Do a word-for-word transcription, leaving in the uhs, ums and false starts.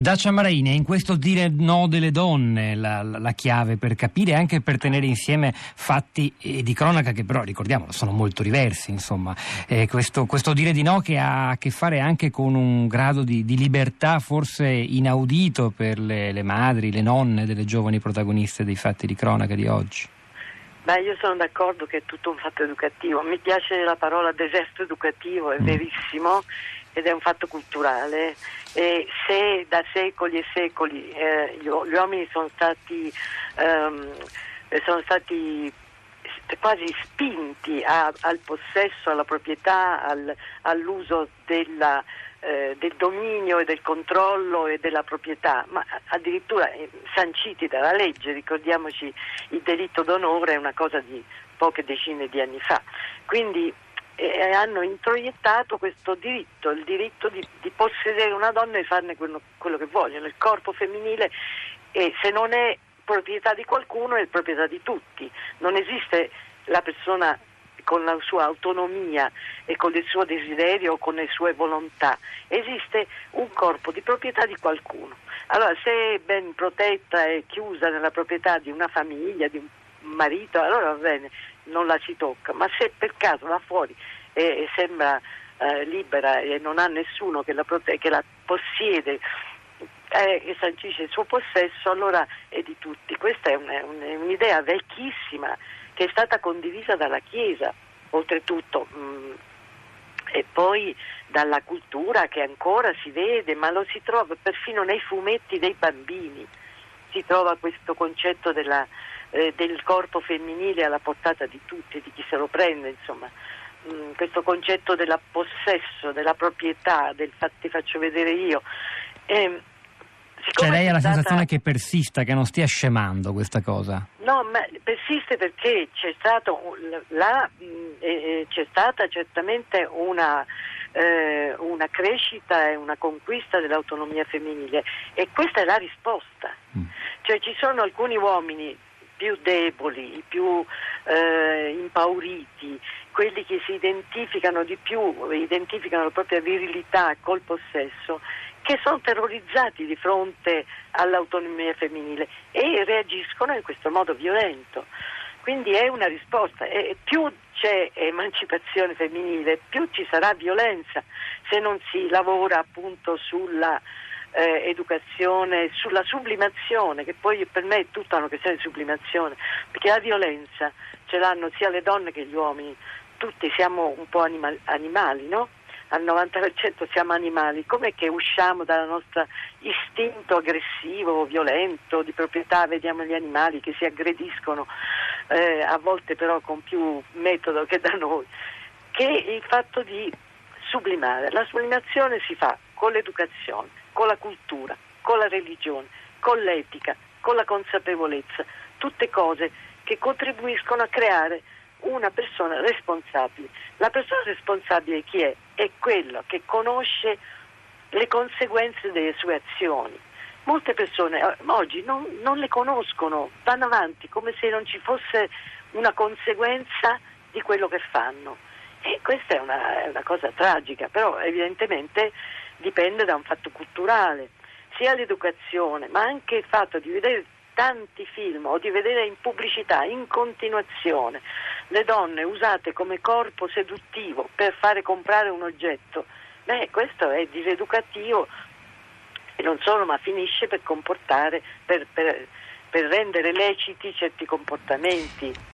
Dacia Maraini, è in questo dire no delle donne la, la, la chiave per capire e anche per tenere insieme fatti eh, di cronaca che però, ricordiamolo, sono molto diversi, insomma. Eh, questo, questo dire di no che ha a che fare anche con un grado di, di libertà forse inaudito per le, le madri, le nonne delle giovani protagoniste dei fatti di cronaca di oggi. Beh, io sono d'accordo che è tutto un fatto educativo. Mi piace la parola deserto educativo, è mm. verissimo, ed è un fatto culturale. E se da secoli e secoli eh, gli, gli uomini sono stati um, sono stati quasi spinti a, al possesso, alla proprietà, al, all'uso della, eh, del dominio e del controllo e della proprietà, ma addirittura eh, sanciti dalla legge. Ricordiamoci, il delitto d'onore è una cosa di poche decine di anni fa, quindi eh, hanno introiettato questo diritto, il diritto di, di possedere una donna e farne quello, quello che vogliono. Il corpo femminile, eh, se non è proprietà di qualcuno, è proprietà di tutti. Non esiste la persona con la sua autonomia e con il suo desiderio o con le sue volontà. Esiste un corpo di proprietà di qualcuno. Allora, se è ben protetta e chiusa nella proprietà di una famiglia, di un marito, allora va bene, non la si tocca. Ma se per caso là fuori e, e sembra eh, libera e non ha nessuno che la, prote- che la possiede, Eh, che sancisce il suo possesso, allora è di tutti. Questa è, una, un, è un'idea vecchissima che è stata condivisa dalla Chiesa, oltretutto, mh, e poi dalla cultura, che ancora si vede, ma lo si trova perfino nei fumetti dei bambini. Si trova questo concetto della, eh, del corpo femminile alla portata di tutti, di chi se lo prende, insomma. Mh, questo concetto del possesso, della proprietà, del fa- ti faccio vedere io. Eh, Cioè lei ha la stata... sensazione che persista, che non stia scemando questa cosa? No, ma persiste perché c'è stato la, eh, c'è stata certamente una, eh, una crescita e una conquista dell'autonomia femminile, e questa è la risposta. Mm. Cioè ci sono alcuni uomini più deboli, più eh, impauriti, quelli che si identificano di più, identificano la propria virilità col possesso, che sono terrorizzati di fronte all'autonomia femminile e reagiscono in questo modo violento. Quindi è una risposta, e più c'è emancipazione femminile, più ci sarà violenza se non si lavora appunto sulla eh, educazione, sulla sublimazione, che poi per me è tutta una questione di sublimazione, perché la violenza ce l'hanno sia le donne che gli uomini. Tutti siamo un po' animali, animali, no? Al novanta per cento siamo animali. Com'è che usciamo dal nostro istinto aggressivo, violento, di proprietà? Vediamo gli animali che si aggrediscono, eh, a volte però con più metodo che da noi, che il fatto di sublimare. La sublimazione si fa con l'educazione, con la cultura, con la religione, con l'etica, con la consapevolezza, tutte cose che contribuiscono a creare una persona responsabile. La persona responsabile chi è? È quella che conosce le conseguenze delle sue azioni. Molte persone oggi non, non le conoscono, vanno avanti come se non ci fosse una conseguenza di quello che fanno, e questa è una, è una cosa tragica, però evidentemente dipende da un fatto culturale, sia l'educazione ma anche il fatto di vedere tanti film o di vedere in pubblicità in continuazione le donne usate come corpo seduttivo per fare comprare un oggetto. Beh, questo è diseducativo, e non solo, ma finisce per comportare, per, per, per rendere leciti certi comportamenti.